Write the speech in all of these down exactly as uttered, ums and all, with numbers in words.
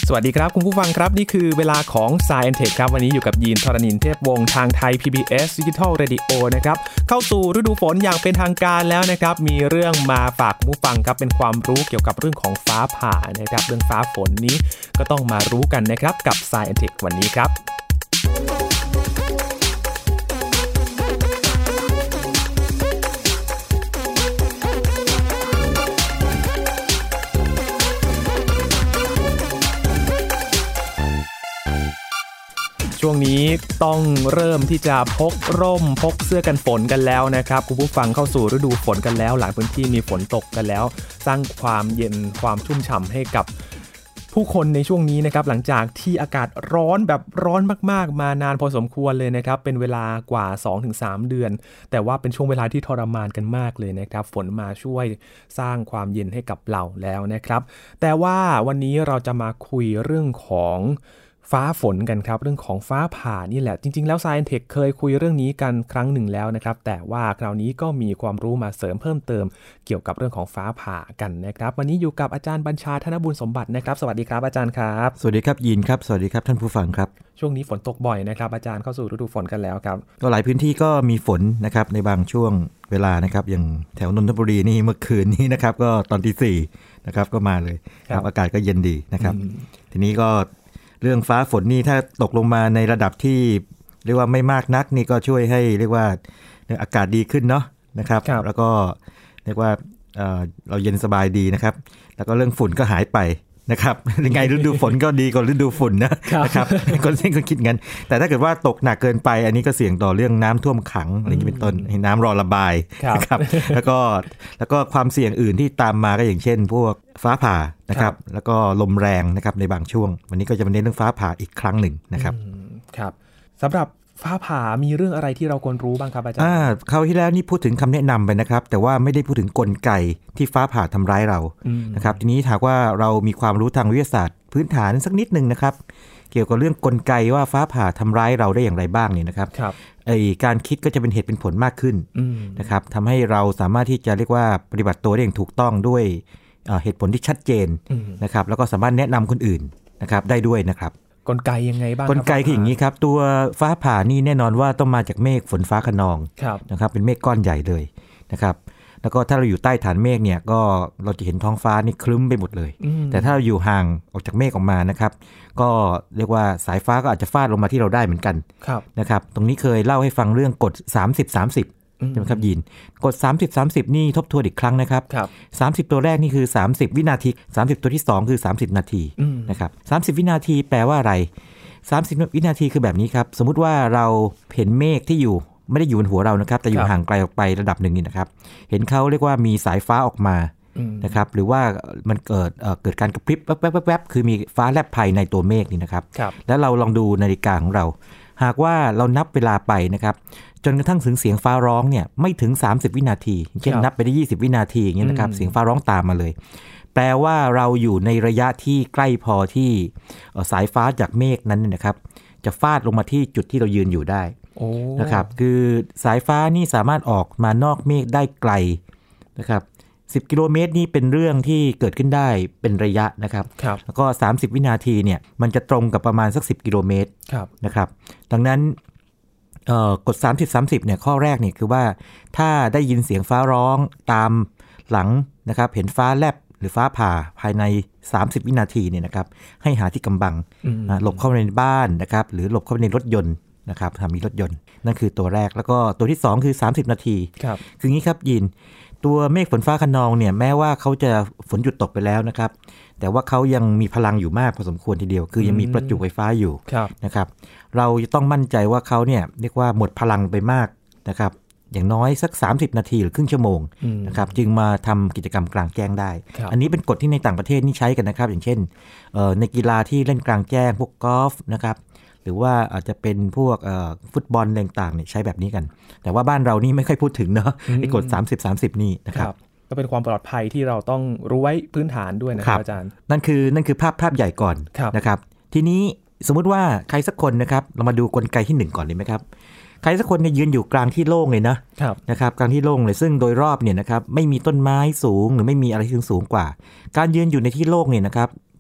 สวัสดีครับคุณผู้ฟังครับนี่คือเวลาของ Science Tech ครับวันนี้อยู่กับยีนทรณินเทพวงศ์ทางไทย พี บี เอส Digital Radio นะครับเข้าสู่ฤดูฝนอย่างเป็นทางการแล้วนะครับมีเรื่องมาฝากผู้ฟังครับเป็นความรู้เกี่ยวกับเรื่องของฟ้าผ่านะครับเรื่องฟ้าฝนนี้ก็ต้องมารู้กันนะครับกับ Science Tech วันนี้ครับช่วงนี้ต้องเริ่มที่จะพกร่มพกเสื้อกันฝนกันแล้วนะครับคุณผู้ฟังเข้าสู่ฤดูฝนกันแล้วหลายพื้นที่มีฝนตกกันแล้วสร้างความเย็นความชุ่มฉ่ำให้กับผู้คนในช่วงนี้นะครับหลังจากที่อากาศร้อนแบบร้อนมากๆมานานพอสมควรเลยนะครับเป็นเวลากว่า สองถึงสาม เดือนแต่ว่าเป็นช่วงเวลาที่ทรมานกันมากเลยนะครับฝนมาช่วยสร้างความเย็นให้กับเราแล้วนะครับแต่ว่าวันนี้เราจะมาคุยเรื่องของฟ้าฝนกันครับเรื่องของฟ้าผ่านี่แหละจริงๆแล้ว Science Tech เคยคุยเรื่องนี้กันครั้งหนึ่งแล้วนะครับแต่ว่าคราวนี้ก็มีความรู้มาเสริมเพิ่มเติมเกี่ยวกับเรื่องของฟ้าผ่ากันนะครับวันนี้อยู่กับอาจารย์บัญชาธนบุญสมบัตินะครับสวัสดีครับอาจารย์ครับสวัสดีครับยินครับสวัสดีครับท่านผู้ฟังครับช่วงนี้ฝนตกบ่อยนะครับอาจารย์เข้าสู่ฤดูฝนกันแล้วครับก็หลายพื้นที่ก็มีฝนนะครับในบางช่วงเวลานะครับอย่างแถวนนทบุรีนี่เมื่อคืนนี้นะครับก็ตอนที่สี่นะครับก็มาเลยครับอากาศก็เย็นดีนะครับทีนี้ก็เรื่องฟ้าฝนนี่ถ้าตกลงมาในระดับที่เรียกว่าไม่มากนักนี่ก็ช่วยให้เรียกว่าอากาศดีขึ้นเนาะนะครับแล้วก็เรียกว่า เอ่อ เราเย็นสบายดีนะครับแล้วก็เรื่องฝุ่นก็หายไปนะครับยังไงฤดูฝนก็ดีกว่าฤดูฝุ่นนะนะครับคนเล่นคนคิดงั้นแต่ถ้าเกิดว่าตกหนักเกินไปอันนี้ก็เสี่ยงต่อเรื่องน้ำท่วมขังอะไรอย่างนี้เป็นต้นให้น้ำรอระบายนะครับแล้วก็แล้วก็ความเสี่ยงอื่นที่ตามมาก็อย่างเช่นพวกฟ้าผ่านะครับแล้วก็ลมแรงนะครับในบางช่วงวันนี้ก็จะมาเน้นเรื่องฟ้าผ่าอีกครั้งหนึ่งนะครับครับสำหรับฟ้าผ่ามีเรื่องอะไรที่เราควรรู้บ้างครับอาจารย์อ่าคราวที่แล้วนี่พูดถึงคำแนะนำไปนะครับแต่ว่าไม่ได้พูดถึงกลไกที่ฟ้าผ่าทำร้ายเรานะครับทีนี้ถ้าว่าเรามีความรู้ทางวิทยาศาสตร์พื้นฐานสักนิดนึงนะครับเกี่ยวกับเรื่องกลไกว่าฟ้าผ่าทำร้ายเราได้อย่างไรบ้างเนี่ยนะครับไอ้การคิดก็จะเป็นเหตุเป็นผลมากขึ้นนะครับทำให้เราสามารถที่จะเรียกว่าปฏิบัติตัวได้อย่างถูกต้องด้วยเหตุผลที่ชัดเจนนะครับแล้วก็สามารถแนะนำคนอื่นนะครับได้ด้วยนะครับกลไกยังไงบ้างกลไกคืออย่างนี้ครับตัวฟ้าผ่านี่แน่นอนว่าต้องมาจากเมฆฝนฟ้าคะนองนะครับเป็นเมฆก้อนใหญ่เลยนะครับแล้วก็ถ้าเราอยู่ใต้ฐานเมฆเนี่ยก็เราจะเห็นท้องฟ้านี่ครึ้มไปหมดเลยแต่ถ้าเราอยู่ห่างออกจากเมฆออกมานะครับก็เรียกว่าสายฟ้าก็อาจจะฟาดลงมาที่เราได้เหมือนกันนะครับตรงนี้เคยเล่าให้ฟังเรื่องกฎสามสิบ สามสิบใช่ไหมครับยินกดสามสิบ สามสิบนี่ทบทวนอีกครั้งนะครับสามสิบตัวแรกนี่คือสามสิบวินาทีสามสิบตัวที่สองคือสามสิบนาทีนะครับสามสิบวินาทีแปลว่าอะไรสามสิบวินาทีคือแบบนี้ครับสมมุติว่าเราเห็นเมฆที่อยู่ไม่ได้อยู่บนหัวเรานะครับแต่อยู่ห่างไกลออกไประดับหนึ่งนี่นะครับเห็นเขาเรียกว่ามีสายฟ้าออกมานะครับหรือว่ามันเกิดเอ่อเกิดการกระพริบแวบๆๆคือมีฟ้าแลบภายในตัวเมฆนี่นะครับแล้วเราลองดูนาฬิกาของเราหากว่าเรานับเวลาไปนะครับจนกระทั่งถึงเสียงฟ้าร้องเนี่ยไม่ถึงสามสิบวินาทีเช่นนับไปได้ยี่สิบวินาทีอย่างเงี้ยนะครับเสียงฟ้าร้องตามมาเลยแปลว่าเราอยู่ในระยะที่ใกล้พอที่สายฟ้าจากเมฆนั้นนะครับจะฟาดลงมาที่จุดที่เรายืนอยู่ได้นะครับคือสายฟ้านี่สามารถออกมานอกเมฆได้ไกลนะครับสิบกิโลเมตรนี่เป็นเรื่องที่เกิดขึ้นได้เป็นระยะนะครับแล้วก็สามสิบวินาทีเนี่ยมันจะตรงกับประมาณสักสิบกิโลเมตรนะครับดังนั้นเอ่อกฎสามสิบ สามสิบเนี่ยข้อแรกเนี่ยคือว่าถ้าได้ยินเสียงฟ้าร้องตามหลังนะครับเห็นฟ้าแลบหรือฟ้าผ่าภายในสามสิบวินาทีเนี่ยนะครับให้หาที่กำบังนะหลบเข้าในบ้านนะครับหรือหลบเข้าในรถยนต์นะครับถ้ามีรถยนต์นั่นคือตัวแรกแล้วก็ตัวที่สองคือสามสิบนาทีครับคืองี้ครับยินตัวเมฆฝนฟ้าคะนองเนี่ยแม้ว่าเขาจะฝนหยุดตกไปแล้วนะครับแต่ว่าเขายังมีพลังอยู่มากพอสมควรทีเดียวคือยังมีประจุไฟฟ้าอยู่นะครับเราจะต้องมั่นใจว่าเขาเนี่ยเรียกว่าหมดพลังไปมากนะครับอย่างน้อยสักสามสิบนาทีหรือครึ่งชั่วโมงนะครับจึงมาทำกิจกรรมกลางแจ้งได้อันนี้เป็นกฎที่ในต่างประเทศนี่ใช้กันนะครับอย่างเช่นในกีฬาที่เล่นกลางแจ้งพวกกอล์ฟนะครับหรือว่าอาจจะเป็นพวกฟุตบอลต่างๆเนี่ยใช้แบบนี้กันแต่ว่าบ้านเรานี่ไม่ค่อยพูดถึงเนาะไอ้กฎสามสิบ สามสิบนี่นะครับก็เป็นความปลอดภัยที่เราต้องรู้ไว้พื้นฐานด้วยนะครับอาจารย์นั่นคือนั่นคือภาพภาพใหญ่ก่อนนะครับทีนี้สมมุติว่าใครสักคนนะครับเรามาดูกลไกที่หนึ่งก่อนเลยไหมครับใครสักคนเนี่ยยืนอยู่กลางที่โล่งเลยนะนะครับกลางที่โล่งเลยซึ่งโดยรอบเนี่ยนะครับไม่มีต้นไม้สูงหรือไม่มีอะไรที่สูงกว่าการยืนอยู่ในที่โล่งเนี่ยนะครับเ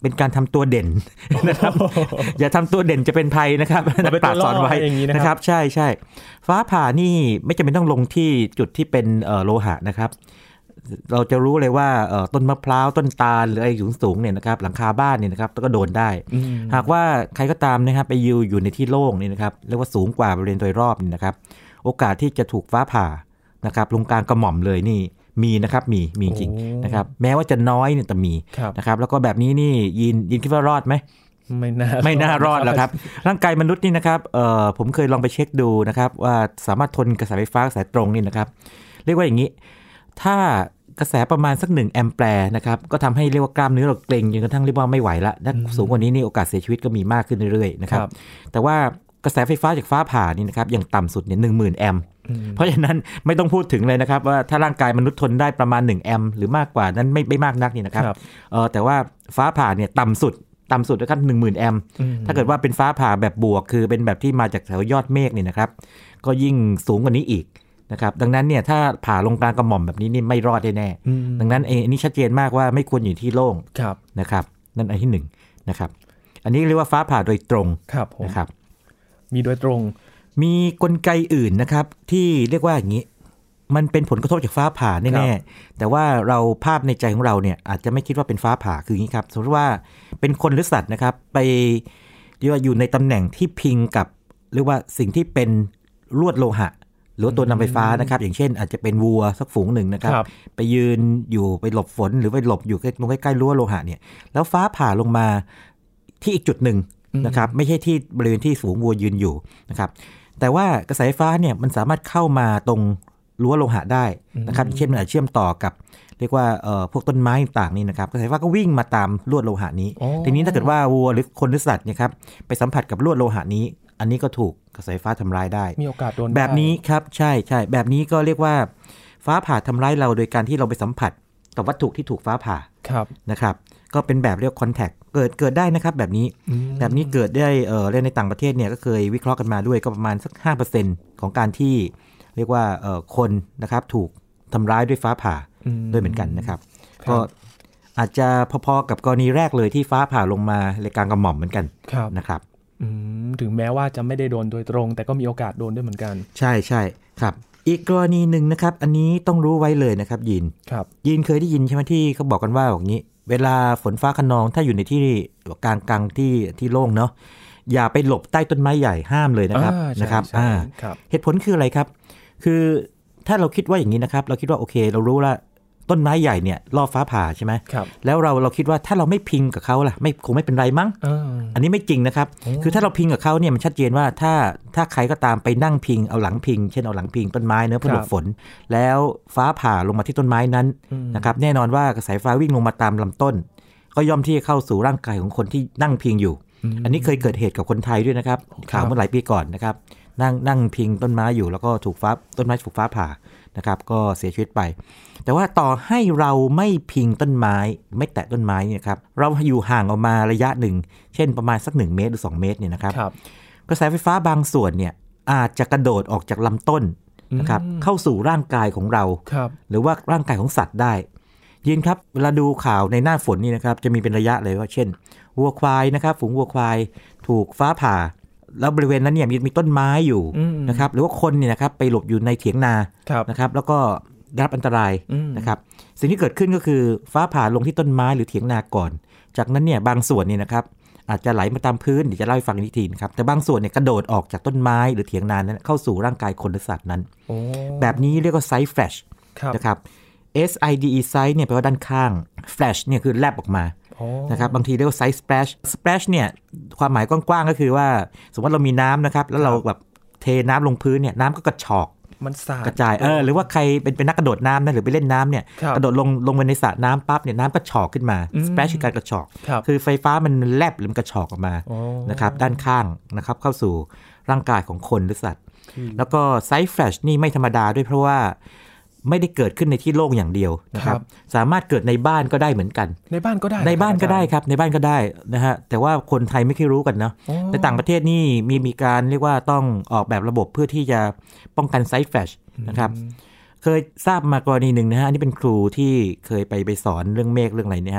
เป็นการทำตัวเด่นนะครับ อย่าทำตัวเด่นจะเป็นภัยนะครับนักปราชญ์สอนไว้นะครับใช่ใช่ฟ้าผ่านี่ไม่จำเป็นต้องลงที่จุดที่เป็นโลหะนะครับเราจะรู้เลยว่าต้นมะพร้าวต้นตาลหรืออะไรสูงๆเนี่ยนะครับหลังคาบ้านเนี่ยนะครับก็โดนได้หากว่าใครก็ตามนะครับไปยืนอยู่ในที่โล่งนี่นะครับเรียกว่าสูงกว่าบริเวณโดยรอบนี่นะครับโอกาสที่จะถูกฟ้าผ่านะครับลงกลางกระหม่อมเลยนี่มีนะครับมีมีจริงนะครับแม้ว่าจะน้อยเนี่ยแต่มีนะครับแล้วก็แบบนี้นี่ยินยินคิดว่ารอดไหมไม่น่าไม่น่ารอดแล้วครับร่างกายมนุษย์นี่นะครับเอ่อผมเคยลองไปเช็คดูนะครับว่าสามารถทนกระแสไฟฟ้ากระแสตรงนี่นะครับเรียกว่าอย่างนี้ถ้ากระแสประมาณสักหนึ่งแอมแปร์นะครับก็ทำให้เรียกว่ากล้ามเนื้อเราเกร็งจนกระทั่งเรียกว่าไม่ไหวละถ้าสูงกว่านี้นี่โอกาสเสียชีวิตก็มีมากขึ้นเรื่อยๆนะครับแต่ว่ากระแสไฟฟ้าจากฟ้าผ่านี่นะครับอย่างต่ำสุดเนี่ยหนึ่งหมื่นแอมป์เพราะฉะนั้นไม่ต้องพูดถึงเลยนะครับว่าถ้าร่างกายมนุษย์ทนได้ประมาณหนึ่งแอมป์หรือมากกว่านั้นไม่ไม่มากนักนี่นะครับเออแต่ว่าฟ้าผ่าเนี่ยต่ำสุดต่ำสุดนะครับหนึ่งหมื่นแอมป์ถ้าเกิดว่าเป็นฟ้าผ่าแบบบวกคือเป็นแบบที่มาจากแถวยอดเมฆนี่นะครับก็ยิ่งสูงกว่านี้อีกนะครับดังนั้นเนี่ยถ้าผ่าลงกลางกระหม่อมแบบนี้นี่ไม่รอดแน่ๆดังนั้นเองอันนี้ชัดเจนมากว่าไม่ควรอยู่ที่โล่งนะครับนั่นอันที่หนึ่งนะครับอันนี้เรียกว่าฟ้าผ่าโดยตรงนะครับมีโดยตรงมีกลไกอื่นนะครับที่เรียกว่าอย่างนี้มันเป็นผลกระทบจากฟ้าผ่าแน่ๆแต่ว่าเราภาพในใจของเราเนี่ยอาจจะไม่คิดว่าเป็นฟ้าผ่าคืออย่างนี้ครับสมมติว่าเป็นคนหรือสัตว์นะครับไปเรียกว่าอยู่ในตำแหน่งที่พิงกับเรียกว่าสิ่งที่เป็นลวดโลหะหรือตัวนำไฟฟ้านะครับอย่างเช่นอาจจะเป็นวัวสักฝูงหนึ่งนะครับไปยืนอยู่ไปหลบฝนหรือไปหลบอยู่ตรงใกล้ๆรั้วโลหะเนี่ยแล้วฟ้าผ่าลงมาที่อีกจุดหนึ่งนะครับไม่ใช่ที่บริเวณที่ฝูงวัวยืนอยู่นะครับแต่ว่ากระแสไฟฟ้าเนี่ยมันสามารถเข้ามาตรงรั้วโลหะได้นะครับเช่นมันอาจเชื่อมต่อกับเรียกว่าเอ่อพวกต้นไม้ต่างๆนี่นะครับกระแสไฟฟ้าก็วิ่งมาตามลวดโลหะนี้ทีนี้ถ้าเกิดว่าวัวหรือคนหรือสัตว์เนี่ยครับไปสัมผัสกับลวดโลหะนี้อันนี้ก็ถูกกระแสไฟฟ้าทำร้ายได้มีโอกาสโดนแบบนี้ครับใช่ใช่แบบนี้ก็เรียกว่าฟ้าผ่าทำร้ายเราโดยการที่เราไปสัมผัสกับวัตถุที่ถูกฟ้าผ่านะครับก็เป็นแบบเรียกคอนแทคเกิดเกิดได้นะครับแบบนี้แบบนี้เกิดได้เอ่อเรื่องในต่างประเทศเนี่ยก็เคยวิเคราะห์กันมาด้วยก็ประมาณสัก ห้าเปอร์เซ็นต์ ของการที่เรียกว่าเอ่อคนนะครับถูกทำร้ายด้วยฟ้าผ่าด้วยเหมือนกันนะครับก็อาจจะพอๆกับกรณีแรกเลยที่ฟ้าผ่าลงมาในกลางกระหม่อมเหมือนกันนะครับถึงแม้ว่าจะไม่ได้โดนโดยตรงแต่ก็มีโอกาสโดนด้วยเหมือนกันใช่ใช่ครับอีกกรณีหนึ่งนะครับอันนี้ต้องรู้ไว้เลยนะครับยินยินเคยได้ยินใช่ไหมที่เขาบอกกันว่าอย่างนี้เวลาฝนฟ้าคะนองถ้าอยู่ในที่กลางกลางที่ที่โล่งเนาะอย่าไปหลบใต้ต้นไม้ใหญ่ห้ามเลยนะครับนะครับเหตุผลคืออะไรครับคือถ้าเราคิดว่าอย่างนี้นะครับเราคิดว่าโอเคเรารู้ละต้นไม้ใหญ่เนี่ยล่อฟ้าผ่าใช่ไหมแล้วเราเราคิดว่าถ้าเราไม่พิงกับเขาล่ะไม่คงไม่เป็นไรมั้ง อ, อันนี้ไม่จริงนะครับคือถ้าเราพิงกับเขาเนี่ยมันชัดเจนว่าถ้าถ้าใครก็ตามไปนั่งพิงเอาหลังพิงเช่นเอาหลังพิงต้นไม้เนื้อเพื่อหลบฝนแล้วฟ้าผ่าลงมาที่ต้นไม้นั้นนะครับแน่นอนว่ากระแสฟ้าวิ่งลงมาตามลำต้นก็ย่อมที่จะเข้าสู่ร่างกายของคนที่นั่งพิงอยู่อันนี้เคยเกิดเหตุกับคนไทยด้วยนะครับข่าวเมื่อหลายปีก่อนนะครับนั่งนั่งพิงต้นไม้อยู่แล้วก็ถูกฟ้าต้นไม้ถูกฟ้าผ่านะครับก็เสียชีวิตไปแต่ว่าต่อให้เราไม่พิงต้นไม้ไม่แตะต้นไม้เนี่ยครับเราอยู่ห่างออกมาระยะหนึ่งเช่นประมาณสักหนึ่งเมตรหรือสองเมตรเนี่ยนะครับกระแสไฟฟ้าบางส่วนเนี่ยอาจจะกระโดดออกจากลำต้นนะครับเข้าสู่ร่างกายของเราหรือว่าร่างกายของสัตว์ได้ยินครับเวลาดูข่าวในหน้าฝนนี่นะครับจะมีเป็นระยะเลยว่าเช่นวัวควายนะครับฝูงวัวควายถูกฟ้าผ่าแล้วบริเวณนั้นเนี่ยมีมีต้นไม้อยู่นะครับหรือว่าคนเนี่ยนะครับไปหลบอยู่ในเถียงนานะครับแล้วก็ได้รับอันตรายนะครับสิ่งที่เกิดขึ้นก็คือฟ้าผ่าลงที่ต้นไม้หรือเถียงนาก่อนจากนั้นเนี่ยบางส่วนเนี่ยนะครับอาจจะไหลมาตามพื้นเดี๋ยวจะเล่าให้ฟังอีกทีนะครับแต่บางส่วนเนี่ยกระโดดออกจากต้นไม้หรือเถียงนานั้นเข้าสู่ร่างกายคนหรือสัตว์นั้นแบบนี้เรียกว่าไซส์แฟลชนะครับ S I D E ไซส์เนี่ยแปลว่าด้านข้าง Flash เนี่ยคือแลบออกมานะครับบางทีเรียกว่าไซส์ splash splash เนี่ยความหมายกว้างๆก็คือว่าสมมติเรามีน้ำนะครับแล้วเราแบบเทน้ำลงพื้นเนี่ยน้ำก็กระชอกมันสาดกระจายเออหรือว่าใครเป็นเป็นนักกระโดดน้ำนะหรือไปเล่นน้ำเนี่ยกระโดดลงลงไปในสระน้ำปั๊บเนี่ยน้ำก็ชอกขึ้นมา splash คือการกระชอกคือไฟฟ้ามันแลบหรือมันกระชอกออกมานะครับด้านข้างนะครับเข้าสู่ร่างกายของคนหรือสัตว์แล้วก็ไซส์ flash นี่ไม่ธรรมดาด้วยเพราะว่าไม่ได้เกิดขึ้นในที่โล่งอย่างเดียวนะครับสามารถเกิดในบ้านก็ได้เหมือนกันในบ้านก็ได้ในบ้านก็ได้ครับในบ้านก็ได้นะฮะแต่ว่าคนไทยไม่เคยรู้กันเนาะในต่างประเทศนี่มีมีการเรียกว่าต้องออกแบบระบบเพื่อที่จะป้องกันไซส์แฟลชนะครับเคยทราบมากรณีหนึ่งนะฮะอันนี้เป็นครูที่เคยไปไปสอนเรื่องเมฆเรื่องอะไรเนี่ยฮะ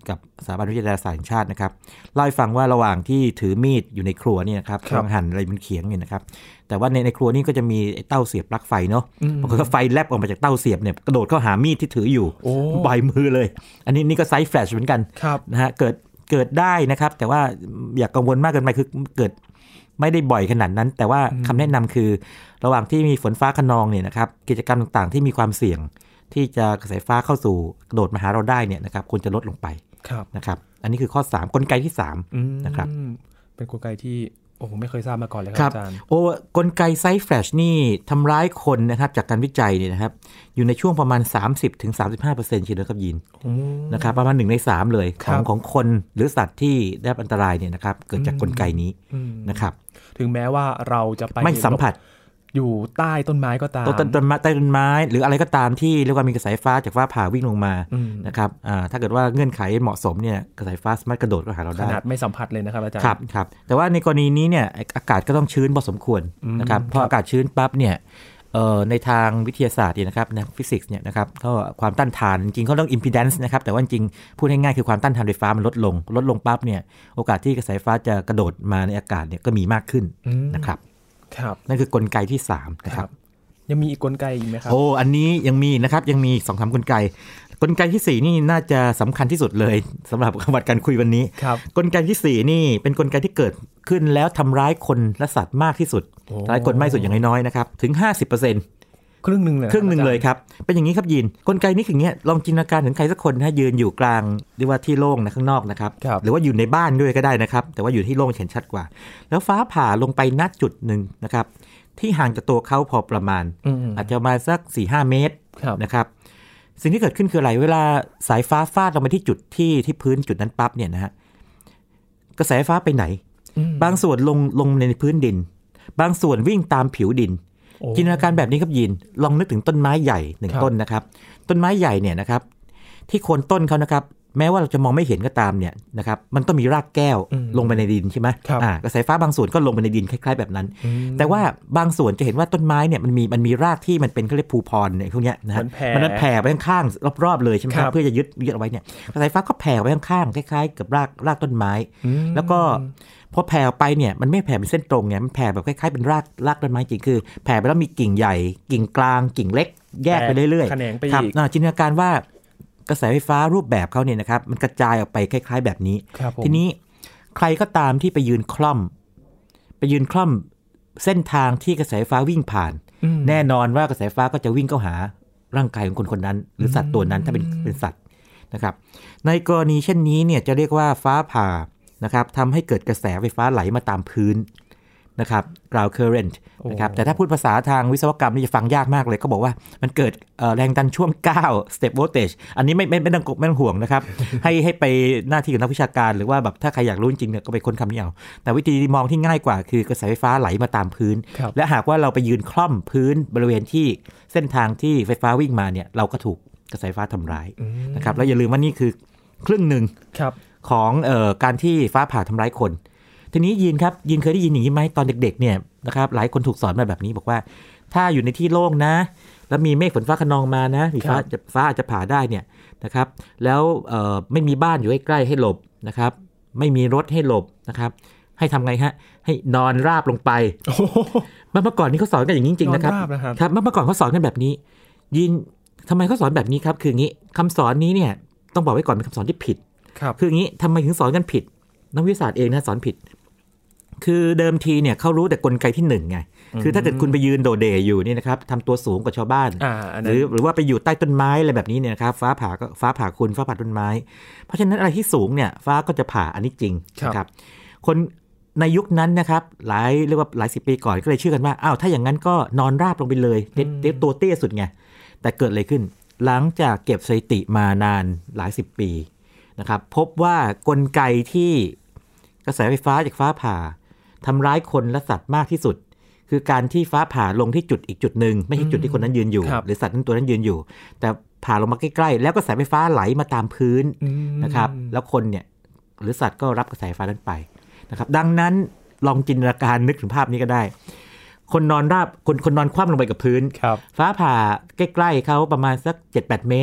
กับสถาบันวิทยาศาสตร์แห่งชาตินะครับเล่าให้ฟังว่าระหว่างที่ถือมีดอยู่ในครัวเนี่ยครับกำลังหั่นอะไรบนเขียงเนี่ยนะครับแต่ว่าในในครัวนี่ก็จะมีเต้าเสียบปลั๊กไฟเนาะบางคนก็ไฟแลบออกมาจากเต้าเสียบเนี่ยกระโดดเข้าหามีดที่ถืออยู่ปล่อยมือเลยอันนี้นี่ก็ไซส์แฟลชเหมือนกันนะฮะเกิดเกิดได้นะครับแต่ว่าอย่ากังวลมากเกินไปคือเกิดไม่ได้บ่อยขนาดนั้นแต่ว่าคำแนะนำคือระหว่างที่มีฝนฟ้าคะนองเนี่ยนะครับกิจกรรมต่างๆที่มีความเสี่ยงที่จะกระแสไฟฟ้าเข้าสู่กระโดดมาหาเราได้เนี่ยนะครับควรจะลดลงไปนะครับอันนี้คือข้อสามกลไกที่สามนะครับเป็นกลไกที่โอ้ผมไม่เคยทราบมาก่อนเลยครับอาจารย์โอ้กลไกไซส์แฟลชนี่ทำร้ายคนนะครับจากการวิจัยเนี่ยนะครับอยู่ในช่วงประมาณ สามสิบถึงสามสิบห้าเปอร์เซ็นต์ เฉลี่ยครับยินนะครับประมาณหนึ่งในสามเลยของของคนหรือสัตว์ที่ได้รับอันตรายเนี่ยนะครับเกิดจากกลไกนี้นะครับถึงแม้ว่าเราจะไปไม่สัมผัสอยู่ใต้ต้นไม้ก็ตามต้นต้นไม้ใต้ต้นไม้หรืออะไรก็ตามที่เรียกว่ามีกระแสไฟฟ้าจากฟ้าผ่าวิ่งลงมานะครับถ้าเกิดว่าเงื่อนไขเหมาะสมเนี่ยกระแสไฟฟ้าสามารถกระโดดเข้าหาเราได้ขนาดไม่สัมผัสเลยนะครับอาจารย์ครับครับแต่ว่าในกรณีนี้เนี่ยอากาศก็ต้องชื้นพอสมควรนะครับพออากาศชื้นปั๊บเนี่ยในทางวิทยาศาสตร์เนี่ยนะครับนะฟิสิกส์เนี่ยนะครับก็ความต้านทานจริงๆเขาเรียก impedance นะครับแต่ว่าจริงพูดง่ายๆคือความต้านทานไฟฟ้ามันลดลงลดลงปั๊บเนี่ยโอกาสที่กระแสไฟฟ้าจะกระโดดมาในอากาศเนี่ยก็มีมากขึ้นนะครับนั่นคือกลไกที่สามนะครับยังมีอีกกลไกอีกไหมครับโอ้อันนี้ยังมีนะครับยังมี สองถึงสาม กลไกกลไกที่สี่นี่น่าจะสำคัญที่สุดเลยสำหรับวัดการคุยวันนี้กลไกที่สี่นี่เป็นกลไกที่เกิดขึ้นแล้วทำร้ายคนและสัตว์มากที่สุดทำร้ายคนมากที่สุดอย่างน้อยๆนะครับถึง ห้าสิบเปอร์เซ็นต์ครึ่งนึงเลยครึ่งนึงเลยครับเป็นอย่างนี้ครับยินกลไกนี้คืออย่างเงี้ยลองจินตนาการถึงใครสักคนถ้ายืนอยู่กลางหรือว่าที่โล่งนะข้างนอกนะครับหรือว่าอยู่ในบ้านด้วยก็ได้นะครับแต่ว่าอยู่ที่โล่งเห็นชัดกว่าแล้วฟ้าผ่าลงไปณจุดนึงนะครับที่ห่างจากตัวเขาพอประมาณ อ, อาจจะมาสัก สี่ถึงห้า เมตรนะครับสิ่งที่เกิดขึ้นคืออะไรเวลาสายฟ้าฟาดลงไปที่จุดที่ที่พื้นจุดนั้นปั๊บเนี่ยนะฮะกระแสฟ้าไปไหนบางส่วนลงลงในพื้นดินบางส่วนวิ่งตามผิวดินจินตนาการแบบนี้ครับยินลองนึกถึงต้นไม้ใหญ่หนึ่งต้นนะครับต้นไม้ใหญ่เนี่ยนะครับที่โคนต้นเขานะครับแม้ว่าเราจะมองไม่เห็นก็ตามเนี่ยนะครับมันต้องมีรากแก้วลงไปในดินใช่ไหมอ่ากระแสฟ้าบางส่วนก็ลงไปในดินคล้ายๆแบบนั้นแต่ว่าบางส่วนจะเห็นว่าต้นไม้เนี่ยมันมีมันมีรากที่มันเป็นเขาเรียกภูพรเนี่ยพวกเนี้ยนะฮะมันแผ่ไปข้างๆรอบๆเลยใช่ไหมครับเพื่อจะยึดยึดเอาไว้เนี่ยกระแสฟ้าก็แผ่ไปข้างๆคล้ายๆกับรากรากต้นไม้แล้วก็พอแผ่ไปเนี่ยมันไม่แผ่เป็นเส้นตรงไงมันแผ่แบบคล้ายๆเป็นรากรากต้นไม้จริงคือแผ่ไปแล้วมีกิ่งใหญ่กิ่งกลางกิ่งเล็กแยกไปเรื่อยๆครับจินตนาการว่ากระแสไฟฟ้ารูปแบบเขาเนี่ยนะครับมันกระจายออกไปคล้ายๆแบบนี้ทีนี้ใครก็ตามที่ไปยืนคล่อมไปยืนคล่อมเส้นทางที่กระแสไฟฟ้าวิ่งผ่านแน่นอนว่ากระแสไฟฟ้าก็จะวิ่งเข้าหาร่างกายของคนคนนั้นหรือสัตว์ตัวนั้นถ้าเป็นเป็นสัตว์นะครับในกรณีเช่นนี้เนี่ยจะเรียกว่าฟ้าผ่านะครับทำให้เกิดกระแสไฟฟ้าไหลมาตามพื้นนะครับ ground current นะครับแต่ถ้าพูดภาษาทางวิศวกรรมนี่จะฟังยากมากเลยก็บอกว่ามันเกิดแรงดันช่วงเก้า step voltage อันนี้ไม่ไม่ไม่ต้องไม่ต้องห่วงนะครับ ให้ให้ไปหน้าที่ของนักวิชาการหรือว่าแบบถ้าใครอยากรู้จริงเนี่ยก็ไปค้นคำนี้เอาแต่วิธีมองที่ง่ายกว่าคือกระแสไฟฟ้าไหลมาตามพื้นและหากว่าเราไปยืนคล่อมพื้นบริเวณที่เส้นทางที่ไฟฟ้าวิ่งมาเนี่ยเราก็ถูกกระแสไฟฟ้าทำร้ายนะครับแล้วอย่าลืมว่านี่คือครึ่งหนึ่งของเอ่อการที่ฟ้าผ่าทำร้ายคนทีนี้ยินครับยินเคยได้ยินอย่างนี้ไหมตอนเด็กๆเนี่ยนะครับหลายคนถูกสอนมาแบบนี้บอกว่าถ้าอยู่ในที่โล่งนะแล้วมีเมฆฝนฟ้าคะนองมานะมีฟ้าจะฟ้าอาจจะผ่าได้เนี่ยนะครับแล้วเอ่อไม่มีบ้านอยู่ใกล้ๆให้หลบนะครับไม่มีรถให้หลบนะครับให้ทำไงฮะให้นอนราบลงไปเมื่อก่อนนี้เขาสอนกันอย่างนี้จริงๆนะครับครับเมื่อก่อนเขาสอนกันแบบนี้ยินทำไมเขาสอนแบบนี้ครับคืออย่างนี้คำสอนนี้เนี่ยต้องบอกไว้ก่อนเป็นคำสอนที่ผิดคืออย่างนี้ทำไมถึงสอนกันผิดนักวิทยาศาสตร์เองนะสอนผิดคือเดิมทีเนี่ยเขารู้แต่กลไกที่หนึ่งไงคือถ้าเกิดคุณไปยืนโดดเด่อยู่นี่นะครับทำตัวสูงกว่าชาวบ้านหรือหรือว่าไปอยู่ใต้ต้นไม้อะไรแบบนี้เนี่ยนะครับฟ้าผ่าก็ฟ้าผ่าคุณฟ้าผ่าต้นไม้เพราะฉะนั้นอะไรที่สูงเนี่ยฟ้าก็จะผ่าอันนี้จริงนะครับคนในยุคนั้นนะครับหลายเรียกว่าหลายสิบปีก่อนก็เลยเชื่อกันว่าอ้าวถ้าอย่างนั้นก็นอนราบลงไปเลยเด็กตัวเตี้ยสุดไงแต่เกิดอะไรขึ้นหลังจากเก็บสถิติมานานหลายสิบปีนะครับพบว่ากลไกที่กระแสไฟฟ้าจากฟ้าผ่าทำร้ายคนและสัตว์มากที่สุดคือการที่ฟ้าผ่าลงที่จุดอีกจุดหนึ่งไม่ใช่จุดที่คนนั้นยืนอยู่หรือสัตว์นั้นตัวนั้นยืนอยู่แต่ผ่าลงมาใกล้ๆแล้วกระแสไฟฟ้าไหลมาตามพื้นนะครับแล้วคนเนี่ยหรือสัตว์ก็รับกระแสไฟฟ้านั้นไปนะครับดังนั้นลองจินตนาการนึกถึงภาพนี้ก็ได้คนนอนราบคนคนนอนคว่ำลงไปกับพื้นฟ้าผ่าใกล้ๆเขาประมาณสัก เจ็ดแปด เมตร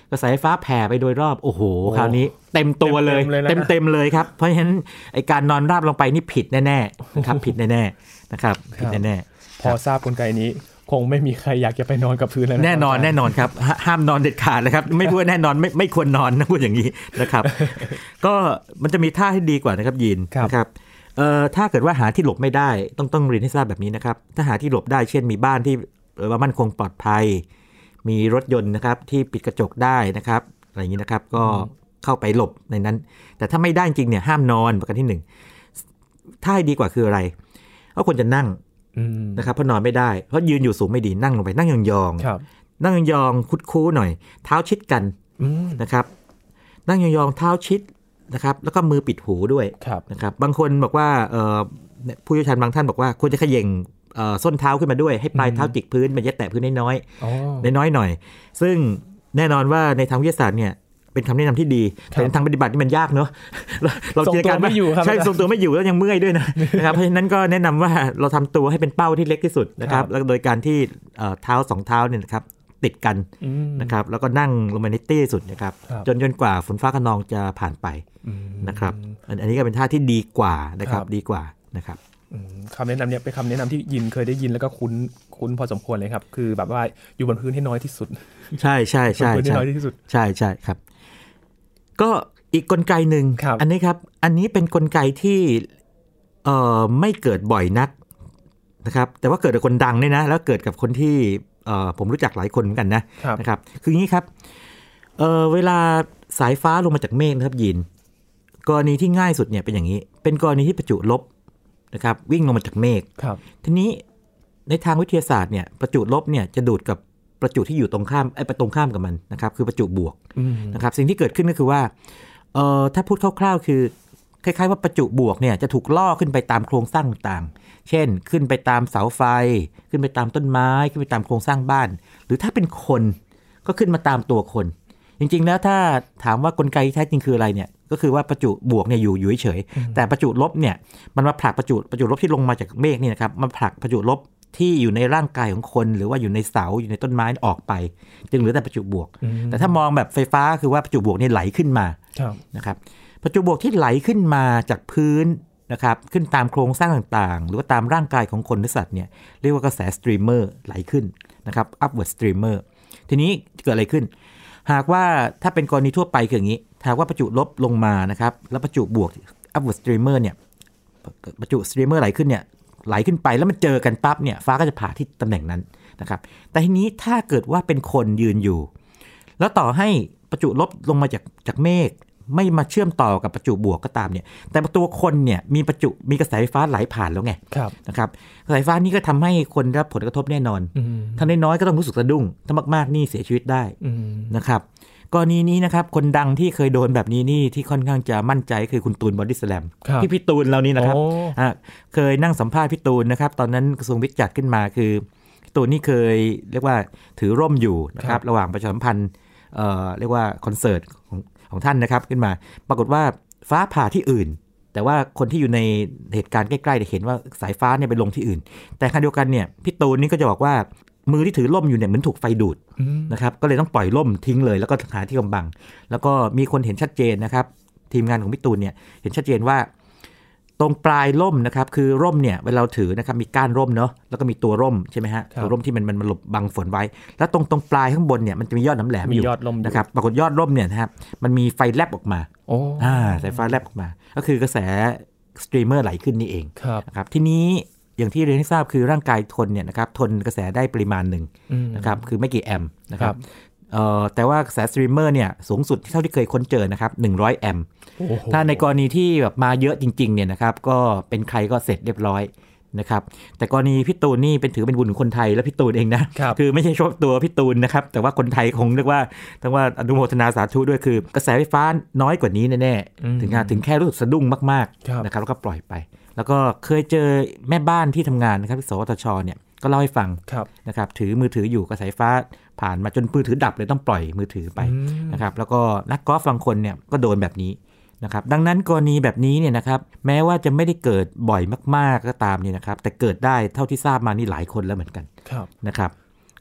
กระแสไฟฟ้าแผ่ไปโดยรอบโอ้โหคราวนี้เต็มตัวเลยเต็มเต็มเลยครับเพราะฉะนั้นไอการนอนราบลงไปนี่ผิดแน่ๆนะครับผิดแน่ๆนะครับผิดแน่ๆพอทราบกลไกนี้คงไม่มีใครอยากจะไปนอนกับพื้นแล้วแน่นอนแน่นอนครับห้ามนอนเด็ดขาดเลยครับไม่พูดแน่นอนไม่ไม่ควรนอนนะพูดอย่างนี้นะครับก็มันจะมีท่าที่ดีกว่านะครับยีนนะครับเอ่อถ้าเกิดว่าหาที่หลบไม่ได้ต้องต้องเรียนให้ทราบแบบนี้นะครับถ้าหาที่หลบได้เช่นมีบ้านที่ว่ามั่นคงปลอดภัยมีรถยนต์นะครับที่ปิดกระจกได้นะครับอะไรอย่างนี้นะครับก็เข้าไปหลบในนั้นแต่ถ้าไม่ได้จริงเนี่ยห้ามนอนประการที่หนึ่งท่าดีกว่าคืออะไรก็ควรจะนั่งนะครับเพราะนอนไม่ได้เพราะยืนอยู่สูงไม่ดีนั่งลงไปนั่งยองๆนั่งยองๆคุดคู้หน่อยเท้าชิดกันนะครับนั่งยองๆเท้าชิดนะครับแล้วก็มือปิดหูด้วยนะครับบางคนบอกว่าผู้เชี่ยวชาญบางท่านบอกว่าควรจะเขย่งส้นเท้าขึ้นมาด้วยให้ปลายเท้าจิกพื้นมันจะแตะพื้นน้อยๆน้อยๆหน่อยซึ่งแน่นอนว่าในทางวิทยาศาสตร์เนี่ยเป็นคำแนะนำที่ดีแต่ในทางปฏิบัตินี่มันยากเนาะเราจินตนาการไม่อยู่ใช่ทรงตัวไม่อยู่แล้วยังเมื่อยด้วยนะนะครับเพราะฉะนั้นก็แนะนำว่าเราทำตัวให้เป็นเป้าที่เล็กที่สุดนะครับแล้วโดยการที่เท้าสองเท้าเนี่ยนะครับติดกันนะครับแล้วก็นั่งลงมาในที่สุดนะครับจนจนกว่าฝนฟ้าคะนองจะผ่านไปนะครับอันนี้ก็เป็นท่าที่ดีกว่านะครับดีกว่านะครับคำแนะนำเนี่ยเป็นคำแนะนำที่ยินเคยได้ยินแล้วก็คุ้นคุ้นพอสมควรเลยครับคือแบบว่าอยู่บนพื้นให้น้อยที่สุดใช่ใช่ใช่ใช่ใช่ใช่ครับก็อีกกลไกหนึ่งอันนี้ครับอันนี้เป็นกลไกที่เอ่อไม่เกิดบ่อยนักนะครับแต่ว่าเกิดกับคนดังเนี่ยนะแล้วเกิดกับคนที่เอ่อผมรู้จักหลายคนเหมือนกันนะนะครับคืออย่างนี้ครับเอ่อเวลาสายฟ้าลงมาจากเมฆนะครับยินกรณีที่ง่ายสุดเนี่ยเป็นอย่างนี้เป็นกรณีที่ประจุลบนะครับวิ่งลงมาจากเมฆทีนี้ในทางวิทยาศาสตร์เนี่ยประจุลบเนี่ยจะดูดกับประจุที่อยู่ตรงข้ามไอ้ตรงข้ามกับมันนะครับคือประจุบวกนะครับสิ่งที่เกิดขึ้นก็คือว่าเอ่อถ้าพูดคร่าวๆคือคล้ายๆว่าประจุบวกเนี่ยจะถูกล่อขึ้นไปตามโครงสร้างต่างๆเช่นขึ้นไปตามเสาไฟขึ้นไปตามต้นไม้ขึ้นไปตามโครงสร้างบ้านหรือถ้าเป็นคนก็ขึ้นมาตามตัวคนจริงๆแล้วถ้าถามว่ากลไกแท้จริงคืออะไรเนี่ยก็คือว่าประจุบวกเนี่ยอยู่อยู่เฉยๆแต่ประจุลบเนี่ยมันมาผลักประจุประจุลบที่ลงมาจากเมฆนี่นะครับมันผลักประจุลบที่อยู่ในร่างกายของคนหรือว่าอยู่ในเสาอยู่ในต้นไม้ออกไปจึงเหลือแต่ประจุบวกแต่ถ้ามองแบบไฟฟ้าคือว่าประจุบวกนี่ไหลขึ้นมานะครับประจุบวกที่ไหลขึ้นมาจากพื้นนะครับขึ้นตามโครงสร้างต่างๆหรือว่าตามร่างกายของคนหรือสัตว์เนี่ยเรียกว่ากระแสสตรีมเมอร์ไหลขึ้นนะครับ upward streamer ทีนี้เกิดอะไรขึ้นหากว่าถ้าเป็นกรณีทั่วไปคืออย่างนี้หากว่าประจุลบลงมานะครับแล้วประจุบวก upward streamer เนี่ยประจุ streamer ไหลขึ้นเนี่ยไหลขึ้นไปแล้วมันเจอกันปั๊บเนี่ยฟ้าก็จะผ่าที่ตำแหน่งนั้นนะครับแต่ทีนี้ถ้าเกิดว่าเป็นคนยืนอยู่แล้วต่อให้ประจุลบลงมาจากจากเมฆไม่มาเชื่อมต่อกับประจุบวกก็ตามเนี่ยแต่ตัวคนเนี่ยมีประจุมีกระแสไฟฟ้าไหลผ่านแล้วไงนะครับกระแสไฟฟ้านี้ก็ทำให้คนได้รับผลกระทบแน่นอนถ้าน้อยๆก็ต้องรู้สึกสะดุ้งถ้ามากๆนี่เสียชีวิตได้นะครับกรณีนี้นะครับคนดังที่เคยโดนแบบนี้นี่ที่ค่อนข้างจะมั่นใจคือคุณตูนบอดี้สแลมที่พี่ตูนเรานี่นะครับเคยนั่งสัมภาษณ์พี่ตูนนะครับตอนนั้นกระทรวงวิทย์จัดขึ้นมาคือพี่ตูนนี่เคยเรียกว่าถือร่มอยู่นะครับระหว่างประชาสัมพันธ์เอ่อเรียกว่าคอนเสิร์ตของของท่านนะครับขึ้นมาปรากฏว่าฟ้าผ่าที่อื่นแต่ว่าคนที่อยู่ในเหตุการณ์ใกล้ๆได้เห็นว่าสายฟ้าเนี่ยไปลงที่อื่นแต่ขณะเดียวกันเนี่ยพี่ตูนนี่ก็จะบอกว่ามือที่ถือร่มอยู่เนี่ยเหมือนถูกไฟดูดนะครับก็เลยต้องปล่อยร่มทิ้งเลยแล้วก็หาที่กำบังแล้วก็มีคนเห็นชัดเจนนะครับทีมงานของพี่ตูนเนี่ยเห็นชัดเจนว่าตรงปลายร่มนะครับคือร่มเนี่ยเวลาเราถือนะครับมีก้านร่มเนาะแล้วก็มีตัวร่มใช่ไหมฮะตัวร่มที่มันมันหลบบังฝนไว้แล้วตรงตรงปลายข้างบนเนี่ยมันจะมียอดน้ำแหลมอยู่นะครับปรากฏยอดร่มเนี่ยนะครับมันมีไฟแลบออกมาอ่าสายไฟแลบออกมาก็คือกระแสสตรีมเมอร์ไหลขึ้นนี่เองนะครับทีนี้อย่างที่เรียนให้ทราบคือร่างกายทนเนี่ยนะครับทนกระแสได้ปริมาณหนึ่งนะครับคือไม่กี่แอมป์นะครับเอ่อแต่ว่ากระแสสตรีมเมอร์เนี่ยสูงสุดเท่าที่เคยค้นเจอนะครับหนึ่งร้อยแอมป์ถ้าในกรณีที่แบบมาเยอะจริงๆเนี่ยนะครับก็เป็นใครก็เสร็จเรียบร้อยนะครับแต่กรณีพี่ตูนนี่เป็นถือเป็นบุญของคนไทยและพี่ตูนเองนะ ค, คือไม่ใช่ชอบตัวพี่ตูนนะครับแต่ว่าคนไทยคงเรียกว่าทั้งว่าอนุโมทนาสาธุด้วยคือกระแสไฟฟ้าน้อยกว่านี้แน่ๆถึงถึงแค่รู้สึกสะดุ้งมากๆนะครับแล้วก็ปล่อยไปแล้วก็เคยเจอแม่บ้านที่ทำงานนะครับที่สวทชเนี่ยก็เล่าให้ฟังนะครับถือมือถืออยู่กระแสไฟฟ้าผ่านมาจนมือถือดับเลยต้องปล่อยมือถือไปนะครับแล้วก็นักกอล์ฟบางคนเนี่ยก็โดนแบบนี้นะครับดังนั้นกรณีแบบนี้เนี่ยนะครับแม้ว่าจะไม่ได้เกิดบ่อยมากๆก็ตามเนี่ยนะครับแต่เกิดได้เท่าที่ทราบมานี่หลายคนแล้วเหมือนกันนะครับ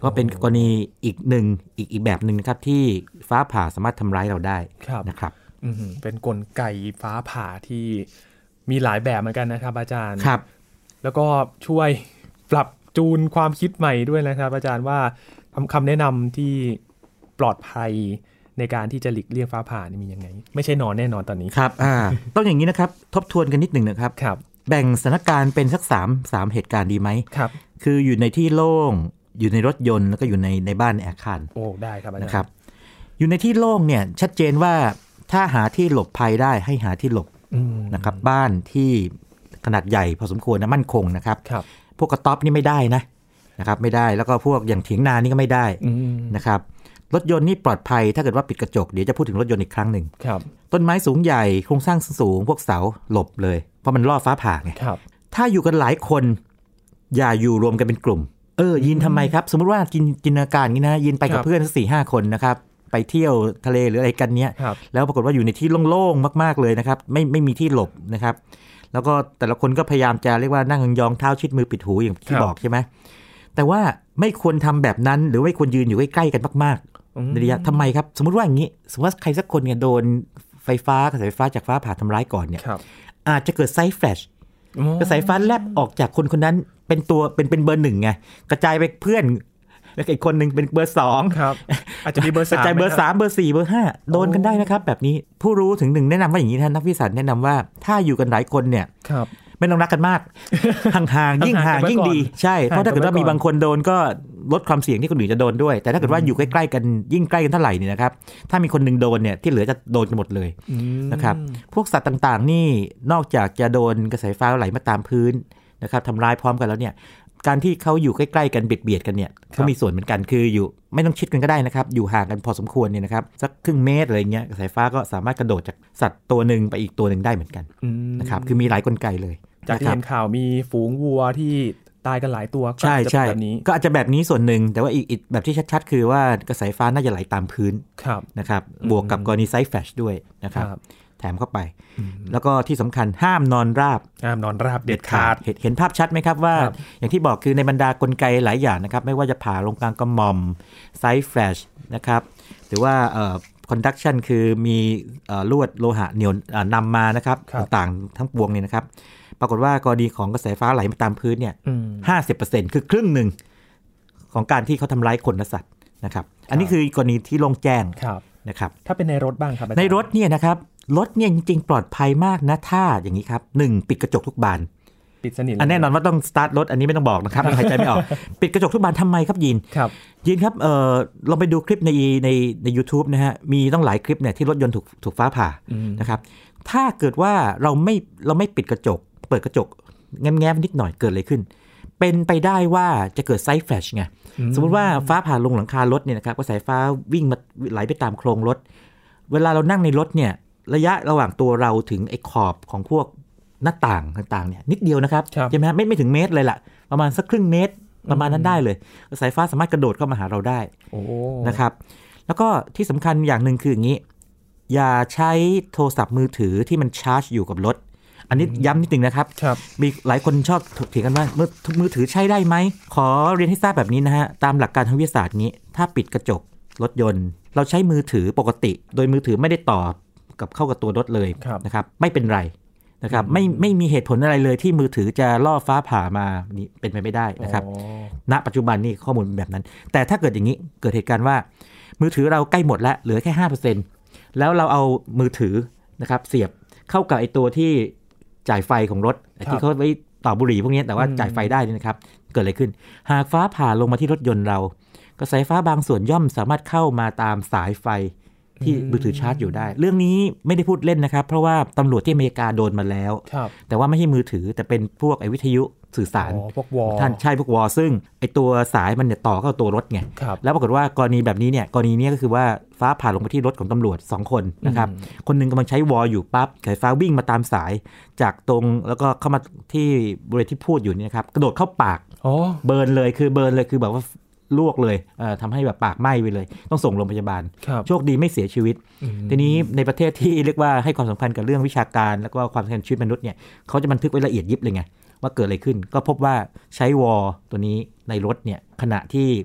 ก็เป็นกรณีอีกหนึ่งอีกอีกแบบหนึ่งนะครับที่ฟ้าผ่าสามารถทำร้ายเราได้นะครับเป็นกลไกฟ้าผ่าที่มีหลายแบบเหมือนกันนะครับอาจารย์ครับแล้วก็ช่วยปรับจูนความคิดใหม่ด้วยนะครับอาจารย์ว่าคำแนะนำที่ปลอดภัยในการที่จะหลีกเลี่ยงฟ้าผ่านี่มียังไงไม่ใช่นอนแน่นอนตอนนี้ครับอ่าต้องอย่างนี้นะครับทบทวนกันนิดหนึ่งนะครับครับแบ่งสถานการณ์เป็นสักสาม สามเหตุการณ์ดีไหมครับคืออยู่ในที่โล่งอยู่ในรถยนต์แล้วก็อยู่ในในบ้านในอาคารโอ้ได้ครับอาจารย์นะครับอยู่ในที่โล่งเนี่ยชัดเจนว่าถ้าหาที่หลบภัยได้ให้หาที่หลบนะครับบ้านที่ขนาดใหญ่พอสมควรนะมั่นคงนะครับพวกกระต๊อบนี่ไม่ได้นะนะครับไม่ได้แล้วก็พวกอย่างเถียงนานี่ก็ไม่ได้นะครับรถยนต์นี่ปลอดภัยถ้าเกิดว่าปิดกระจกเดี๋ยวจะพูดถึงรถยนต์อีกครั้งหนึ่งต้นไม้สูงใหญ่โครงสร้างสูงพวกเสาหลบเลยเพราะมันล่อฟ้าผ่าไงถ้าอยู่กันหลายคนอย่าอยู่รวมกันเป็นกลุ่มเออยินทำไมครับสมมติว่าจินจินตนาการนี้นะยินไปกับเพื่อนสักสี่ห้าคนนะครับไปเที่ยวทะเลหรืออะไรกันเนี้ยแล้วปรากฏว่าอยู่ในที่โล่งๆมากๆเลยนะครับไม่ไม่มีที่หลบนะครับแล้วก็แต่ละคนก็พยายามจะเรียกว่านั่งยองเท้าชิดมือปิดหูอย่างที่บอกใช่ไหมแต่ว่าไม่ควรทำแบบนั้นหรือไม่ควรยืนอยู่ใกล้ๆกันมากๆในระยะทำไมครับสมมติว่าอย่างนี้สมมติว่าใครสักคนเนี่ยโดนไฟฟ้ากระแสไฟฟ้าจากฟ้าผ่าทำร้ายก่อนเนี่ยอาจจะเกิดไซส์แฟลชกระแสไฟฟ้าแลบออกจากคนคนนั้นเป็นตัวเป็นเป็นเบอร์หนึ่งไงกระจายไปเพื่อนแล้วอีกคนหนึ่งเป็นเบอร์สองครับอาจจะมีเบอร์สามกระจายเบอร์สามเบอร์สี่เบอร์ห้าโดนกันได้นะครับแบบนี้ผู้รู้ถึงหนึ่งแนะนำว่าอย่างนี้ท่านนักวิทยาศาสตร์แนะนำว่าถ้าอยู่กันหลายคนเนี่ยไม่ต้องรักกันมากห่างๆยิ่งห่างยิ่งดีใช่เพราะถ้าเกิดว่ามีบางคนโดนก็ลดความเสี่ยงที่คนอื่นจะโดนด้วยแต่ถ้าเกิดว่าอยู่ใกล้ๆกันยิ่งใกล้กันเท่าไหร่เนี่ยนะครับถ้ามีคนนึงโดนเนี่ยที่เหลือจะโดนกันหมดเลยนะครับพวกสัตว์ต่างๆนี่นอกจากจะโดนกระแสไฟฟ้าไหลมาตามพื้นนะครับทำร้ายพร้อมกันแล้วเนี่ยการที่เขาอยู่ใกล้ๆกันเบียดเบียดกันเนี่ยก็มีส่วนเหมือนกันคืออยู่ไม่ต้องชิดกันก็ได้นะครับอยู่ห่างกันพอสมควรเนี่ยนะครับสักครึ่งเมตรอะไรเงี้ยกระแสไฟฟ้าก็สามารถกระโดดจากสัตว์ตัวหนึ่งไปอีกตัวหนึ่งได้เหมือนกันนะครับคือมีหลายกลไกเลยจากที่เห็นข่าวมีฝูงวัวที่ตายกันหลายตัวก็อาจจะแบบนี้ก็อาจจะแบบนี้ส่วนหนึ่งแต่ว่าอีกอีกแบบที่ชัดๆคือว่ากระแสไฟฟ้าน่าจะไหลตามพื้นนะครับบวกกับกรณีไซส์แฟลชด้วยนะครับแถมเข้าไปแล้วก็ที่สำคัญห้ามนอนราบห้ามนอนราบเด็ดขาดเห็นภาพชัดไหมครับว่าอย่างที่บอกคือในบรรดากลไกหลายอย่างนะครับไม่ว่าจะผ่าลงกลางกระหม่อมไซส์แฟลชนะครับหรือว่าเอ่อคอนดักชันคือมีลวดโลหะเหนี่ยวนำมานะครับต่างๆทั้งปวงเนี่ยนะครับปรากฏว่ากรณีของกระแสฟ้าไหลมาตามพื้นเนี่ย ห้าสิบเปอร์เซ็นต์ คือครึ่งหนึ่งของการที่เขาทำร้ายคนและสัตว์นะครับอันนี้คือกรณีที่โล่งแจ้งนะครับถ้าเป็นในรถบ้างครับในรถเนี่ยนะครับรถเนี่ยจริงๆปลอดภัยมากนะถ้าอย่างนี้ครับหนึ่งปิดกระจกทุกบานปิดสนิทอันแน่นอนว่าต้องสตาร์ทรถอันนี้ไม่ต้องบอกนะครับหายใจไม่ออกปิดกระจกทุกบานทำไมครับยินครับยินครับเออเราไปดูคลิปในในใน YouTube นะฮะมีต้องหลายคลิปเนี่ยที่รถยนต์ถูกถูกฟ้าผ่านะครับถ้าเกิดว่าเราไม่เราไม่ปิดกระจกเปิดกระจกแง้มๆนิดหน่อยเกิดอะไรขึ้นเป็นไปได้ว่าจะเกิดไซส์แฟลชไงสมมติว่าฟ้าผ่าลงหลังคารถเนี่ยนะครับกระแสฟ้าวิ่งมาไหลไปตามโครงรถเวลาเรานั่งในรถเนี่ยระยะระหว่างตัวเราถึงไอ้ขอบของพวกหน้าต่างต่างๆเนี่ยนิดเดียวนะครับใช่ไหมไม่ไม่ถึงเมตรเลยล่ะประมาณสักครึ่งเมตรประมาณนั้นได้เลยสายฟ้าสามารถกระโดดเข้ามาหาเราได้นะครับแล้วก็ที่สำคัญอย่างหนึ่งคืออย่างนี้อย่าใช้โทรศัพท์มือถือที่มันชาร์จอยู่กับรถอันนี้ย้ำนิดนึงนะครับมีหลายคนชอบถกเถียงกันว่ามือมือถือใช้ได้ไหมขอเรียนให้ทราบแบบนี้นะฮะตามหลักการทางวิทยาศาสตร์นี้ถ้าปิดกระจกรถยนต์เราใช้มือถือปกติโดยมือถือไม่ได้ต่อกับเข้ากับตัวรถเลยนะครับไม่เป็นไรนะครับไม่ไม่มีเหตุผลอะไรเลยที่มือถือจะล่อฟ้าผ่ามานี่เป็นไปไม่ได้นะครับณปัจจุบันนี่ข้อมูลเป็นแบบนั้นแต่ถ้าเกิดอย่างนี้เกิดเหตุการณ์ว่ามือถือเราใกล้หมดแล้วเหลือแค่ ห้าเปอร์เซ็นต์ แล้วเราเอามือถือนะครับเสียบเข้ากับไอ้ตัวที่จ่ายไฟของรถที่เขาไว้ต่อบุหรี่พวกนี้แต่ว่าจ่ายไฟได้นี่นะครับเกิดอะไรขึ้นหากฟ้าผ่าลงมาที่รถยนต์เรากระแสไฟฟ้าบางส่วนย่อมสามารถเข้ามาตามสายไฟที่มือถือชาร์จอยู่ได้เรื่องนี้ไม่ได้พูดเล่นนะครับเพราะว่าตำรวจที่อเมริกาโดนมาแล้วแต่ว่าไม่ใช่มือถือแต่เป็นพวกไอ้วิทยุสื่อสารพวกวอลท่านใช่พวกวอลซึ่งไอ้ตัวสายมันเนี่ยต่อเข้าตัวรถไงแล้วปรากฏว่ากรณีแบบนี้เนี่ยกรณีนี้ก็คือว่าฟ้าผ่าลงไปที่รถของตำรวจสองคนนะครับคนนึงกำลังใช้วอลอยู่ปั๊บสายฟ้าวิ่งมาตามสายจากตรงแล้วก็เข้ามาที่บริเวณที่พูดอยู่นี่นะครับกระโดดเข้าปากเบิร์นเลยคือเบิร์นเลยคือแบบว่าลวกเลยทำให้แบบปากไหม้ไปเลยต้องส่งโรงพยาบาลโชคดีไม่เสียชีวิตทีนี้ในประเทศที่เรียกว่าให้ความสำคัญกับเรื่องวิชาการแล้วก็ความสำคัญชีวิตมนุษย์เนี่ยเขาจะบันทึกไว้ละเอียดยิบเลยไงว่าเกิดอะไรขึ้นก็พบว่าใช้วอลตัวนี้ในรถเนี่ยขณะที่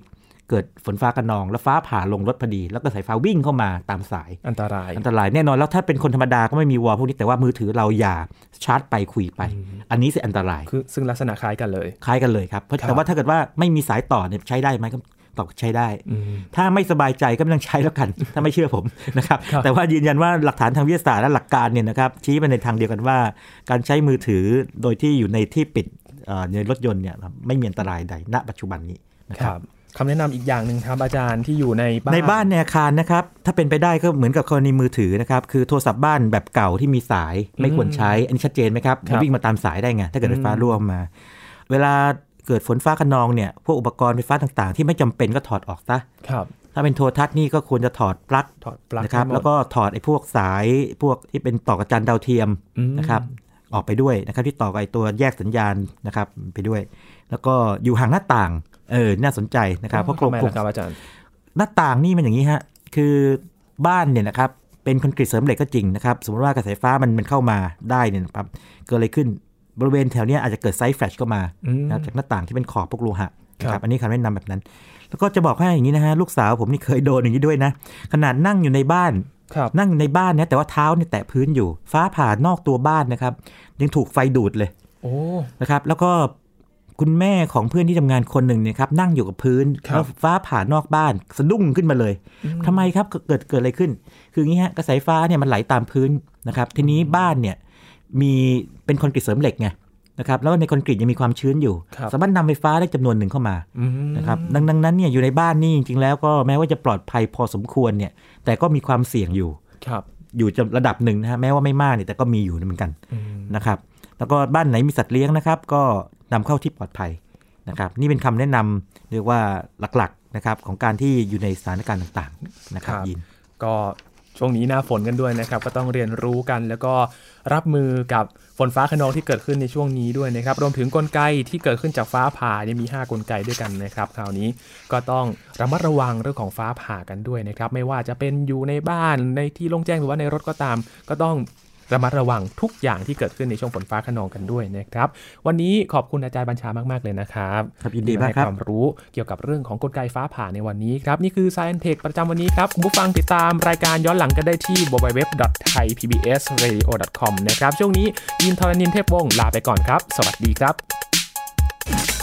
เกิดฝนฟ้าคะนองแล้วฟ้าผ่าลงรถพอดีแล้วก็สายฟ้าวิ่งเข้ามาตามสายอันตรายอันตรายแน่นอนแล้วถ้าเป็นคนธรรมดาก็ไม่มีวอลพวกนี้แต่ว่ามือถือเราอย่าชาร์จไปคุยไปอันนี้สิอันตรายคือซึ่งลักษณะคล้ายกันเลยคล้ายกันเลยครับแต่ว่าถ้าเกิดว่าไม่มีสายต่อเนี่ยใช้ได้ไหมก็ตอบใช้ได้ถ้าไม่สบายใจก็ไม่ต้องใช้แล้วกันถ้าไม่เชื่อผมนะครับแต่ว่ายืนยันว่าหลักฐานทางวิทยาศาสตร์และหลักการเนี่ยนะครับชี้ไปในทางเดียวกันว่าการใช้มือถือโดยที่อยู่ในที่ปิดในรถยนต์เนี่ยไม่มีอันตรายใดณปัจจุบันนี้นะครับคำแนะนำอีกอย่างหนึ่งครับอาจารย์ที่อยู่ในบ้านในบ้านในอาคารนะครับถ้าเป็นไปได้ก็เหมือนกับกรณีมือถือนะครับคือโทรศัพท์บ้านแบบเก่าที่มีสายไม่ควรใช้อันนี้ชัดเจนไหมครับมันวิ่งมาตามสายได้ไงถ้าเกิดไฟฟ้ารั่วมาเวลาเกิดฝนฟ้าคะนองเนี่ยพวกอุปกรณ์ไฟฟ้าต่างๆที่ไม่จำเป็นก็ถอดออกซะถ้าเป็นโทรทัศน์นี่ก็ควรจะถอดปลั๊กนะครับแล้วก็ถอดไอ้พวกสายพวกที่เป็นต่อกับจานดาวเทียมนะครับออกไปด้วยนะครับที่ต่อกับไอ้ตัวแยกสัญญาณนะครับไปด้วยแล้วก็อยู่ห่างหน้าต่างเออน่าสนใจนะครับเพราะโครงหน้าต่างนี่มันอย่างนี้ฮะคือบ้านเนี่ยนะครับเป็นคอนกรีตเสริมเหล็กก็จริงนะครับสมมติว่ากระแสไฟฟ้ามันมันเข้ามาได้เนี่ยครับเกิดอะไรขึ้นบริเวณแถวนี้อาจจะเกิดไซส์แฟลชเข้ามานะจากหน้าต่างที่เป็นขอบพวกโลหะนะครับอันนี้คำแนะนำแบบนั้นแล้วก็จะบอกให้อย่างนี้นะฮะลูกสาวผมนี่เคยโดนอย่างนี้ด้วยนะขนาดนั่งอยู่ในบ้านนั่งอยู่ในบ้านเนี่ยแต่ว่าเท้าเนี่ยแตะพื้นอยู่ฟ้าผ่านอกตัวบ้านนะครับยังถูกไฟดูดเลยโอ้นะครับแล้วก็คุณแม่ของเพื่อนที่ทำงานคนหนึ่งเนี่ยครับนั่งอยู่กับพื้นแล้วฟ้าผ่านอกบ้านสะดุ้งขึ้นมาเลยทำไมครับเกิดเกิดอะไรขึ้นคืออย่างนี้ฮะกระแสไฟฟ้าเนี่ยมันไหลตามพื้นนะครับทีนี้บ้านเนี่ยมีเป็นคอนกรีตเสริมเหล็กไงนะครับแล้วในคอนกรีตยังมีความชื้นอยู่สามารถนำไฟฟ้าได้จำนวนหนึ่งเข้ามานะครับดังนั้นเนี่ยอยู่ในบ้านนี่จริงๆแล้วก็แม้ว่าจะปลอดภัยพอสมควรเนี่ยแต่ก็มีความเสี่ยงอยู่อยู่ระดับหนึ่งนะฮะแม้ว่าไม่มากเนี่ยแต่ก็มีอยู่เหมือนกันนะครับแล้วก็บ้านไหนมีสัตว์เลี้ยงนะครับก็นำเข้าที่ปลอดภัยนะครับนี่เป็นคำแนะนำเรียกว่าหลักๆนะครับของการที่อยู่ในสถานการณ์ต่างๆนะครับยินก็ช่วงนี้หน้าฝนกันด้วยนะครับก็ต้องเรียนรู้กันแล้วก็รับมือกับฝนฟ้าคะนองที่เกิดขึ้นในช่วงนี้ด้วยนะครับรวมถึงกลไกที่เกิดขึ้นจากฟ้าผ่าเนี่ยมีห้ากลไกด้วยกันนะครับคราวนี้ก็ต้องระมัดระวังเรื่องของฟ้าผ่ากันด้วยนะครับไม่ว่าจะเป็นอยู่ในบ้านในที่โล่งแจ้งหรือว่าในรถก็ตามก็ต้องระมัดระวังทุกอย่างที่เกิดขึ้นในช่วงฝนฟ้าคะนองกันด้วยนะครับวันนี้ขอบคุณอาจารย์บัญชามากๆเลยนะครับครับยินดีมากครับความรู้เกี่ยวกับเรื่องของกลไกฟ้าผ่าในวันนี้ครับนี่คือ Science Tech ประจำวันนี้ครับคุณผู้ฟังติดตามรายการย้อนหลังกันได้ที่ ดับเบิลยู ดับเบิลยู ดับเบิลยู ดอท ไทย พี บี เอส เรดิโอ ดอท คอม นะครับช่วงนี้ยินทรณินเทพวงศ์ลาไปก่อนครับสวัสดีครับ